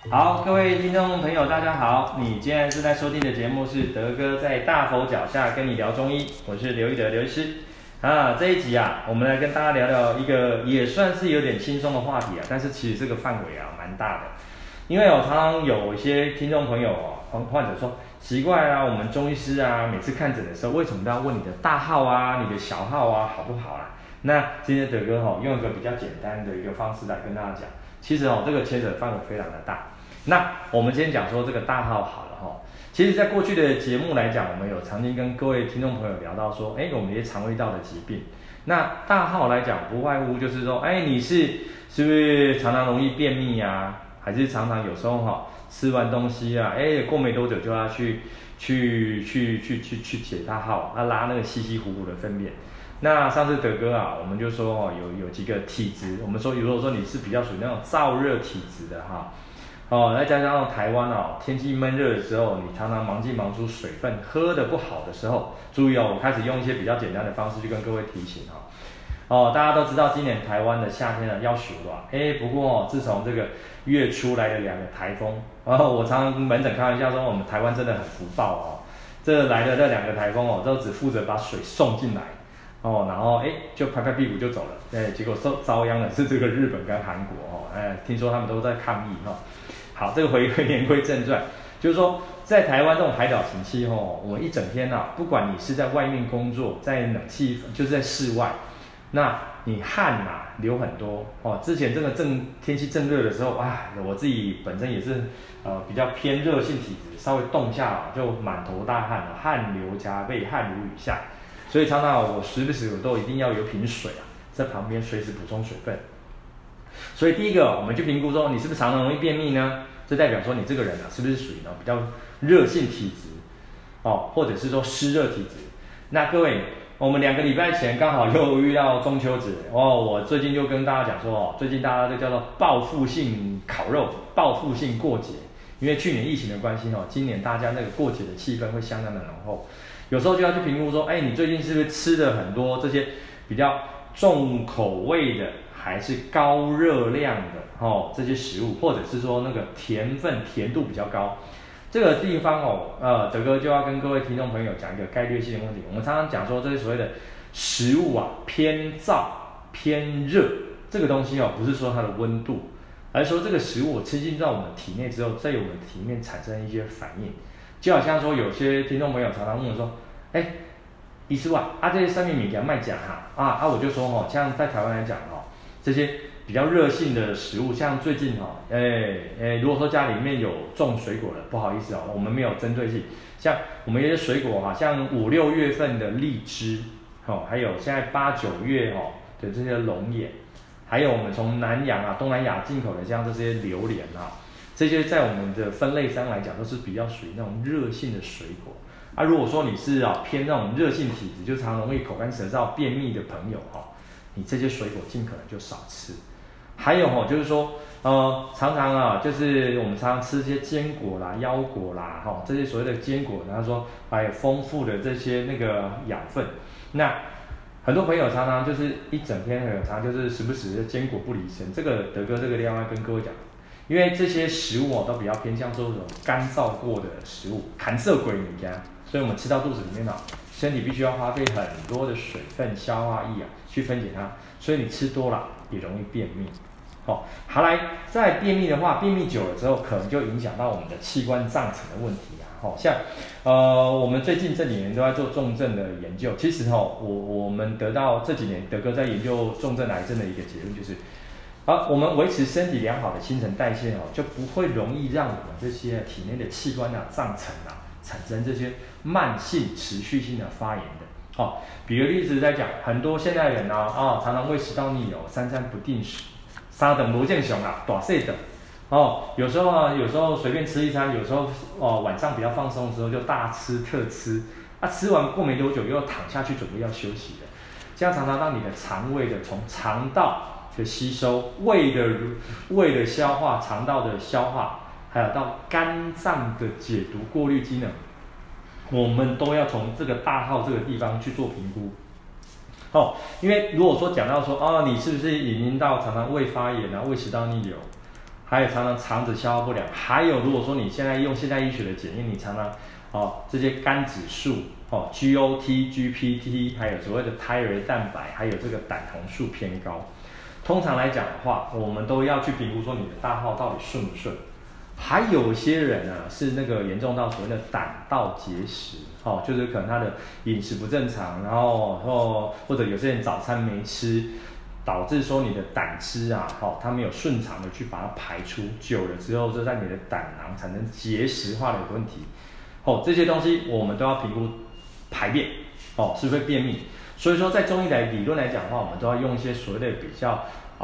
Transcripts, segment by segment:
好，各位听众朋友，大家好！你今天正在收听的节目是德哥在大佛脚下跟你聊中医，我是刘一德刘医师。这一集我们来跟大家聊聊一个也算是有点轻松的话题但是其实这个范围蛮大的。因为常常有一些听众朋友患者说，奇怪我们中医师每次看诊的时候，为什么都要问你的大号你的小号好不好那今天德哥用一个比较简单的一个方式来跟大家讲，其实这个牵扯范围非常的大。那我们今天讲说这个大号好了其实在过去的节目来讲，我们有曾经跟各位听众朋友聊到说，我们一些肠胃道的疾病，那大号来讲不外乎就是说，你是不是常常容易便秘还是常常有时候吃完东西过没多久就要去解大号拉那个稀稀糊糊的粪便。那上次德哥我们就说有几个体质，我们说如果说你是比较属于那种燥热体质的再加上台湾天气闷热的时候，你常常忙进忙出，水分喝得不好的时候，注意我开始用一些比较简单的方式去跟各位提醒大家都知道今年台湾的夏天要暑了不过自从这个月初来的2个台风我常常门诊开玩笑说，我们台湾真的很福报这来的这2个台风都只负责把水送进来然后就拍拍屁股就走了结果遭殃的是这个日本跟韩国听说他们都在抗议好，这个言归正传，就是说在台湾这种海岛型气候我们一整天不管你是在外面工作，在冷气就是在室外，那你汗流很多之前这个天气正热的时候我自己本身也是比较偏热性体质，稍微动一下就满头大汗汗流浃背，汗如雨下，所以常常我时不时我都一定要有瓶水在旁边随时补充水分。所以第一个我们就评估说，你是不是常常容易便秘呢？这代表说你这个人是不是属于比较热性体质或者是说湿热体质。那各位，我们2个礼拜前刚好又遇到中秋节我最近就跟大家讲说最近大家都叫做报复性烤肉，报复性过节。因为去年疫情的关系今年大家那个过节的气氛会相当的浓厚，有时候就要去评估说你最近是不是吃了很多这些比较重口味的还是高热量的这些食物，或者是说那个甜度比较高。这个地方德哥就要跟各位听众朋友讲一个概率性的问题。我们常常讲说这些所谓的食物偏燥偏热，这个东西不是说它的温度，而是说这个食物吃进到我们体内之后，在我们体内产生一些反应。就好像说有些听众朋友常常问我说，医师这些上面物件卖讲我就说像在台湾来讲这些比较热性的食物，像最近如果说家里面有种水果的，不好意思我们没有针对性，像我们有些水果像5、6月份的荔枝还有现在8、9月的这些龙眼，还有我们从南洋东南亚进口的像这些榴莲这些在我们的分类上来讲都是比较属于那种热性的水果如果说你是偏那种热性体质，就常容易口干舌燥便秘的朋友你这些水果尽可能就少吃。还有就是说常常就是我们常常吃这些坚果啦、腰果啦这些所谓的坚果，然后说还有丰富的这些那个养分。那很多朋友常常就是一整天常常就是时不时的坚果不离身，这个德哥这个地方要跟各位讲，因为这些食物都比较偏向说这种干燥过的食物，寒色鬼物件，所以我们吃到肚子里面身体必须要花费很多的水分消化液去分解它，所以你吃多了也容易便秘。好来，再便秘的话，便秘久了之后，可能就影响到我们的器官脏层的问题像我们最近这几年都在做重症的研究，其实我们得到这几年德哥在研究重症癌症的一个结论就是，我们维持身体良好的新陈代谢就不会容易让我们这些体内的器官脏层产生这些慢性持续性的发炎的。比个例子来讲，很多现代人常常胃食道逆流，三餐不定时，三顿不正常大细的有时候随便吃一餐，有时候晚上比较放松的时候就大吃特吃吃完过没多久又躺下去准备要休息了，这样常常让你的肠胃的从肠道的吸收、胃的消化、肠道的消化，还有到肝脏的解毒过滤机能，我们都要从这个大号这个地方去做评估。因为如果说讲到说你是不是已经到常常胃发炎胃食道逆流， 还有常常肠子消化不良，还有如果说你现在用现代医学的检验，你常常这些肝指数GOT、GPT， 还有所谓的胎儿蛋白，还有这个胆酮素偏高。通常来讲的话，我们都要去评估说你的大号到底顺不顺。还有些人呢是那个严重到所谓的胆道结石，就是可能他的饮食不正常，然后或者有些人早餐没吃，导致说你的胆汁啊，它没有顺畅的去把它排出，久了之后就在你的胆囊产生结石化的问题，这些东西我们都要评估排便，是不是会便秘。所以说在中医来理论来讲的话，我们都要用一些所谓的比较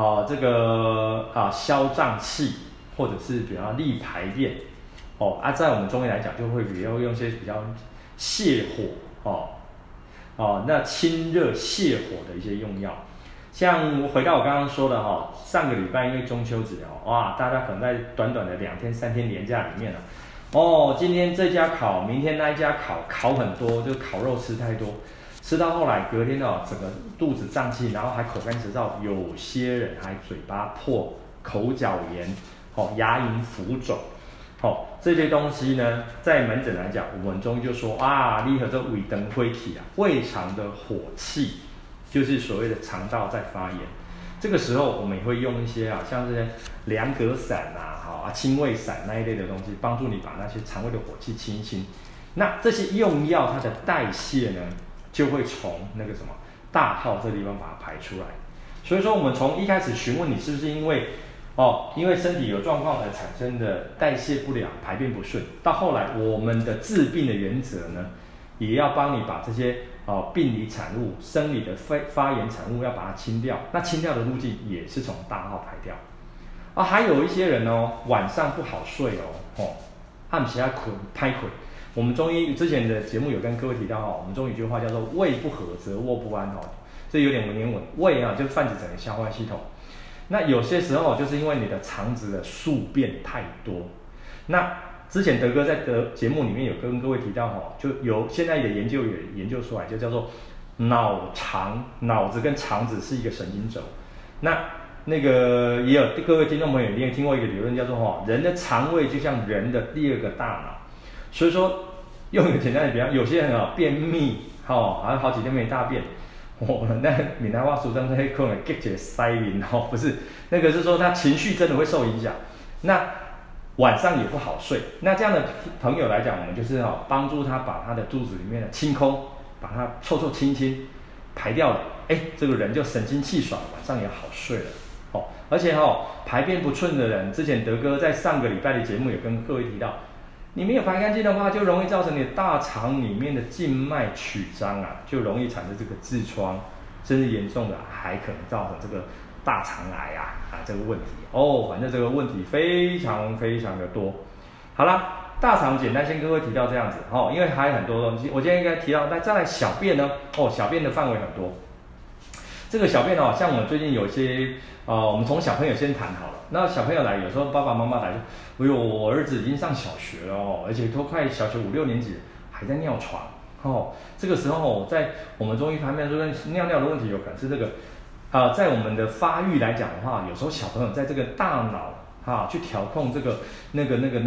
消胀气，或者是比较利排便，在我们中医来讲就会比较用一些比较泻火，那清热泻火的一些用药。像回到我刚刚说的上个礼拜因为中秋节大家可能在短短的2天3天连假里面今天这家烤，明天那一家烤很多，就烤肉吃太多，吃到后来隔天整个肚子胀气，然后还口干舌燥，有些人还嘴巴破、口角炎、牙龈浮肿，这些东西呢，在门诊来讲，我们中医就说你和这胃肠火气胃肠的火气，就是所谓的肠道在发炎。这个时候我们也会用一些像这些凉葛散清胃散那一类的东西，帮助你把那些肠胃的火气清一清。那这些用药它的代谢呢，就会从那个什么大号这地方把它排出来。所以说我们从一开始询问你是不是因为身体有状况而产生的代谢不良、排便不顺，到后来我们的治病的原则呢，也要帮你把这些病理产物、生理的发炎产物要把它清掉。那清掉的路径也是从大号排掉。还有一些人晚上不好睡暗时太困。我们中医之前的节目有跟各位提到我们中医有句话叫做胃不和则卧不安这有点文言文。胃就是泛指整个消化系统。那有些时候就是因为你的肠子的宿便太多。那之前德哥在节目里面有跟各位提到就有现在的研究也研究出来，就叫做脑子跟肠子是一个神经轴。那个也有各位听众朋友一定听过一个理论叫做人的肠胃就像人的第二个大脑。所以说用一个简单的比方，有些人便秘好像好几天没大便，那闽南话俗称那可能结塞晕不是，那个是说他情绪真的会受影响，那晚上也不好睡。那这样的朋友来讲，我们就是帮助他把他的肚子里面的清空，把它臭清排掉了，这个人就神清气爽，晚上也好睡了。而且排便不顺的人，之前德哥在上个礼拜的节目有跟各位提到，你没有排干净的话，就容易造成你的大肠里面的静脉曲张就容易产生这个痔疮，甚至严重的还可能造成这个大肠癌这个问题反正这个问题非常非常的多。好啦，大肠简单先跟各位提到这样子因为还有很多东西，我今天应该提到。那再来小便呢小便的范围很多。这个小便像我们最近有些我们从小朋友先谈好了。那小朋友来，有时候爸爸妈妈来就，我儿子已经上小学了而且都快小学5、6年级了，还在尿床这个时候在我们中医方面说尿的问题，有可能是这个在我们的发育来讲的话，有时候小朋友在这个大脑去调控这个那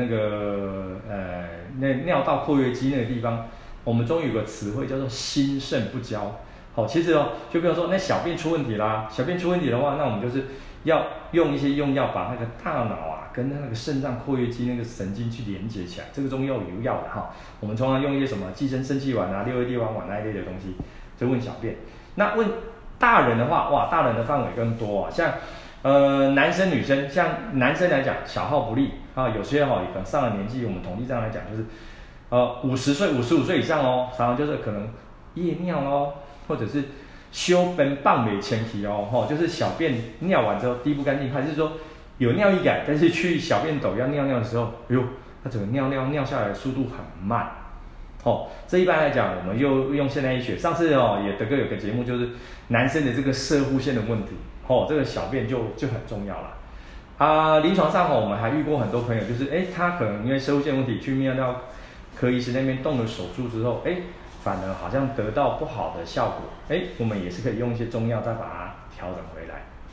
尿道括约肌那个地方，我们中医有个词汇叫做心肾不交。其实就比如说那小便出问题啦，小便出问题的话，那我们就是要用一些用药把那个大脑跟那个肾脏括约肌那个神经去连接起来。这个中医有药的我们通常用一些什么寄生生气丸六味地黄丸那一类的东西，就问小便。那问大人的话，大人的范围更多像男生女生。像男生来讲，小号不利有些可能上了年纪，我们统计上来讲就是50岁、55岁以上常常就是可能夜尿或者是小便放没前期就是小便尿完之后滴不干净，还是说有尿意感，但是去小便斗要尿的时候，它整个尿下来的速度很慢这一般来讲，我们又用现代医学。上次也德哥有个节目，就是男生的这个射护腺的问题这个小便就很重要了临床上我们还遇过很多朋友，就是他可能因为射护腺问题去泌尿道科医师那边动了手术之后反而好像得到不好的效果我们也是可以用一些中药再把它调整回来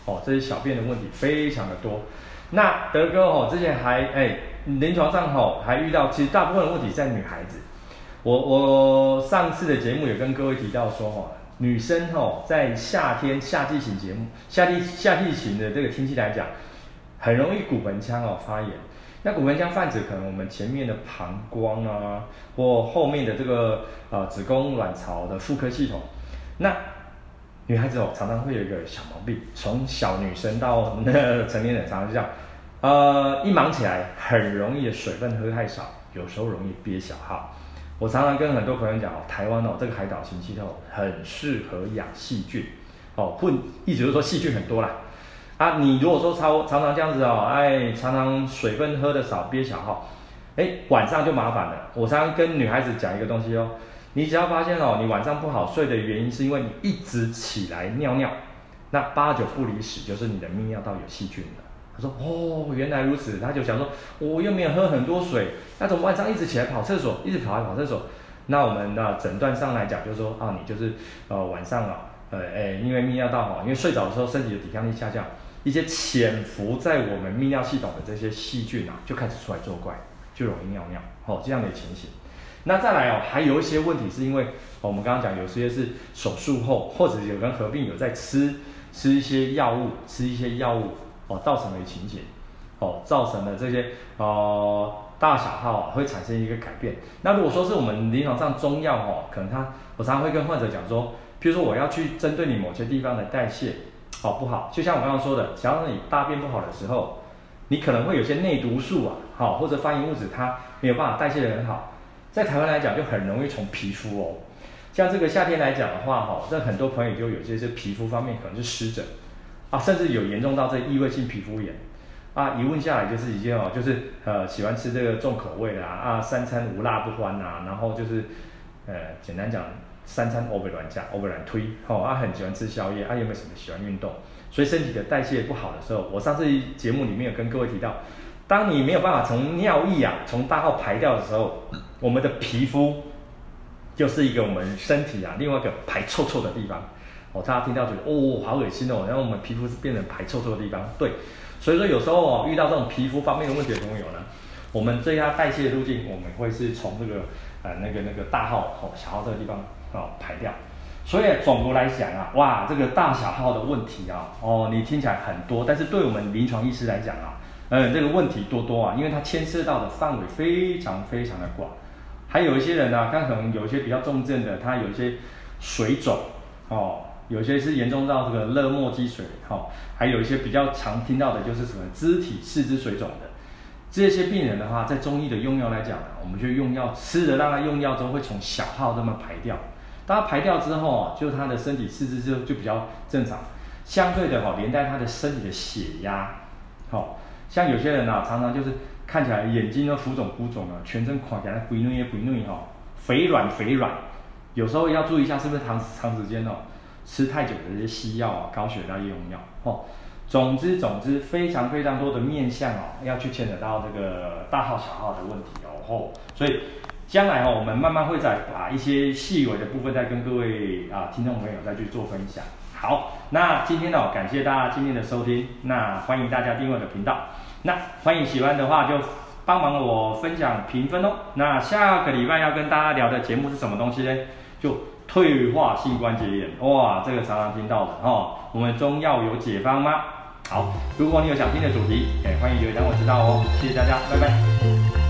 这些小便的问题非常的多。那德哥之前还临床上还遇到，其实大部分的问题在女孩子。我上次的节目也跟各位提到说女生在夏季型的这个天气来讲，很容易骨盆腔发炎。那骨盆腔泛指可能我们前面的膀胱啊，或后面的这个子宫卵巢的妇科系统。那女孩子常常会有一个小毛病，从小女生到成年人常常就这样，一忙起来很容易的水分喝太少，有时候容易憋小号。我常常跟很多朋友讲台湾这个海岛型气候很适合养细菌，意思就是说细菌很多啦。你如果说常常这样子常常水分喝的少，憋小号，晚上就麻烦了。我常常跟女孩子讲一个东西你只要发现你晚上不好睡的原因是因为你一直起来尿尿，那8、9不离10就是你的泌尿道有细菌了。他说原来如此，他就想说我又没有喝很多水，那怎么晚上一直起来跑厕所，一直跑厕所？那我们诊断上来讲就是说你就是晚上因为泌尿道因为睡着的时候身体的抵抗力下降，一些潜伏在我们泌尿系统的这些细菌就开始出来作怪，就容易尿尿这样的情形。那再来还有一些问题是因为我们刚刚讲有些是手术后，或者有跟合并有在吃一些药物造成的情形造成的这些大小号会产生一个改变。那如果说是我们临床上中药可能我常常会跟患者讲说，譬如说我要去针对你某些地方的代谢不好，就像我刚刚说的，假如你大便不好的时候，你可能会有些内毒素或者发炎物质它没有办法代谢得很好，在台湾来讲就很容易从皮肤像这个夏天来讲的话这很多朋友就有些是皮肤方面可能是湿疹甚至有严重到这异位性皮肤炎一问下来就是已经就是喜欢吃这个重口味的3餐无辣不欢然后就是简单讲3餐欧北乱加欧北乱推很喜欢吃宵夜有没有什么喜欢运动，所以身体的代谢不好的时候，我上次节目里面有跟各位提到，当你没有办法从尿液从大号排掉的时候，我们的皮肤就是一个我们身体另外一个排臭臭的地方大家听到觉得好恶心然后我们皮肤是变成排臭臭的地方。对，所以说有时候遇到这种皮肤方面的问题的朋友呢，我们对它代谢的路径，我们会是从这个那个大号小号这个地方排掉。所以总的来讲这个大小号的问题你听起来很多，但是对我们临床医师来讲这个问题多因为它牵涉到的范围非常非常的广。还有一些人可能有一些比较重症的，他有一些水肿有些是严重到这个热膜积水还有一些比较常听到的就是什么肢体四肢水肿的。这些病人的话，在中医的用药来讲我们就用药吃的，让他用药之后会从小号这么排掉。当他排掉之后就他的身体四肢就比较正常，相对的连带他的身体的血压像有些人常常就是看起来眼睛都浮肿全身看起来肥嫩肥软，有时候要注意一下是不是长时间吃太久的这些西药高血压用药总之非常非常多的面向要去牵扯到这个大号小号的问题所以将来我们慢慢会再把一些细微的部分再跟各位听众朋友再去做分享。好，那今天感谢大家今天的收听，那欢迎大家订阅我的频道，那欢迎喜欢的话就帮忙我分享评分那下个礼拜要跟大家聊的节目是什么东西呢？就退化性关节炎，这个常常听到的我们中药有解方吗？好，如果你有想听的主题，欢迎留言让我知道谢谢大家，拜拜。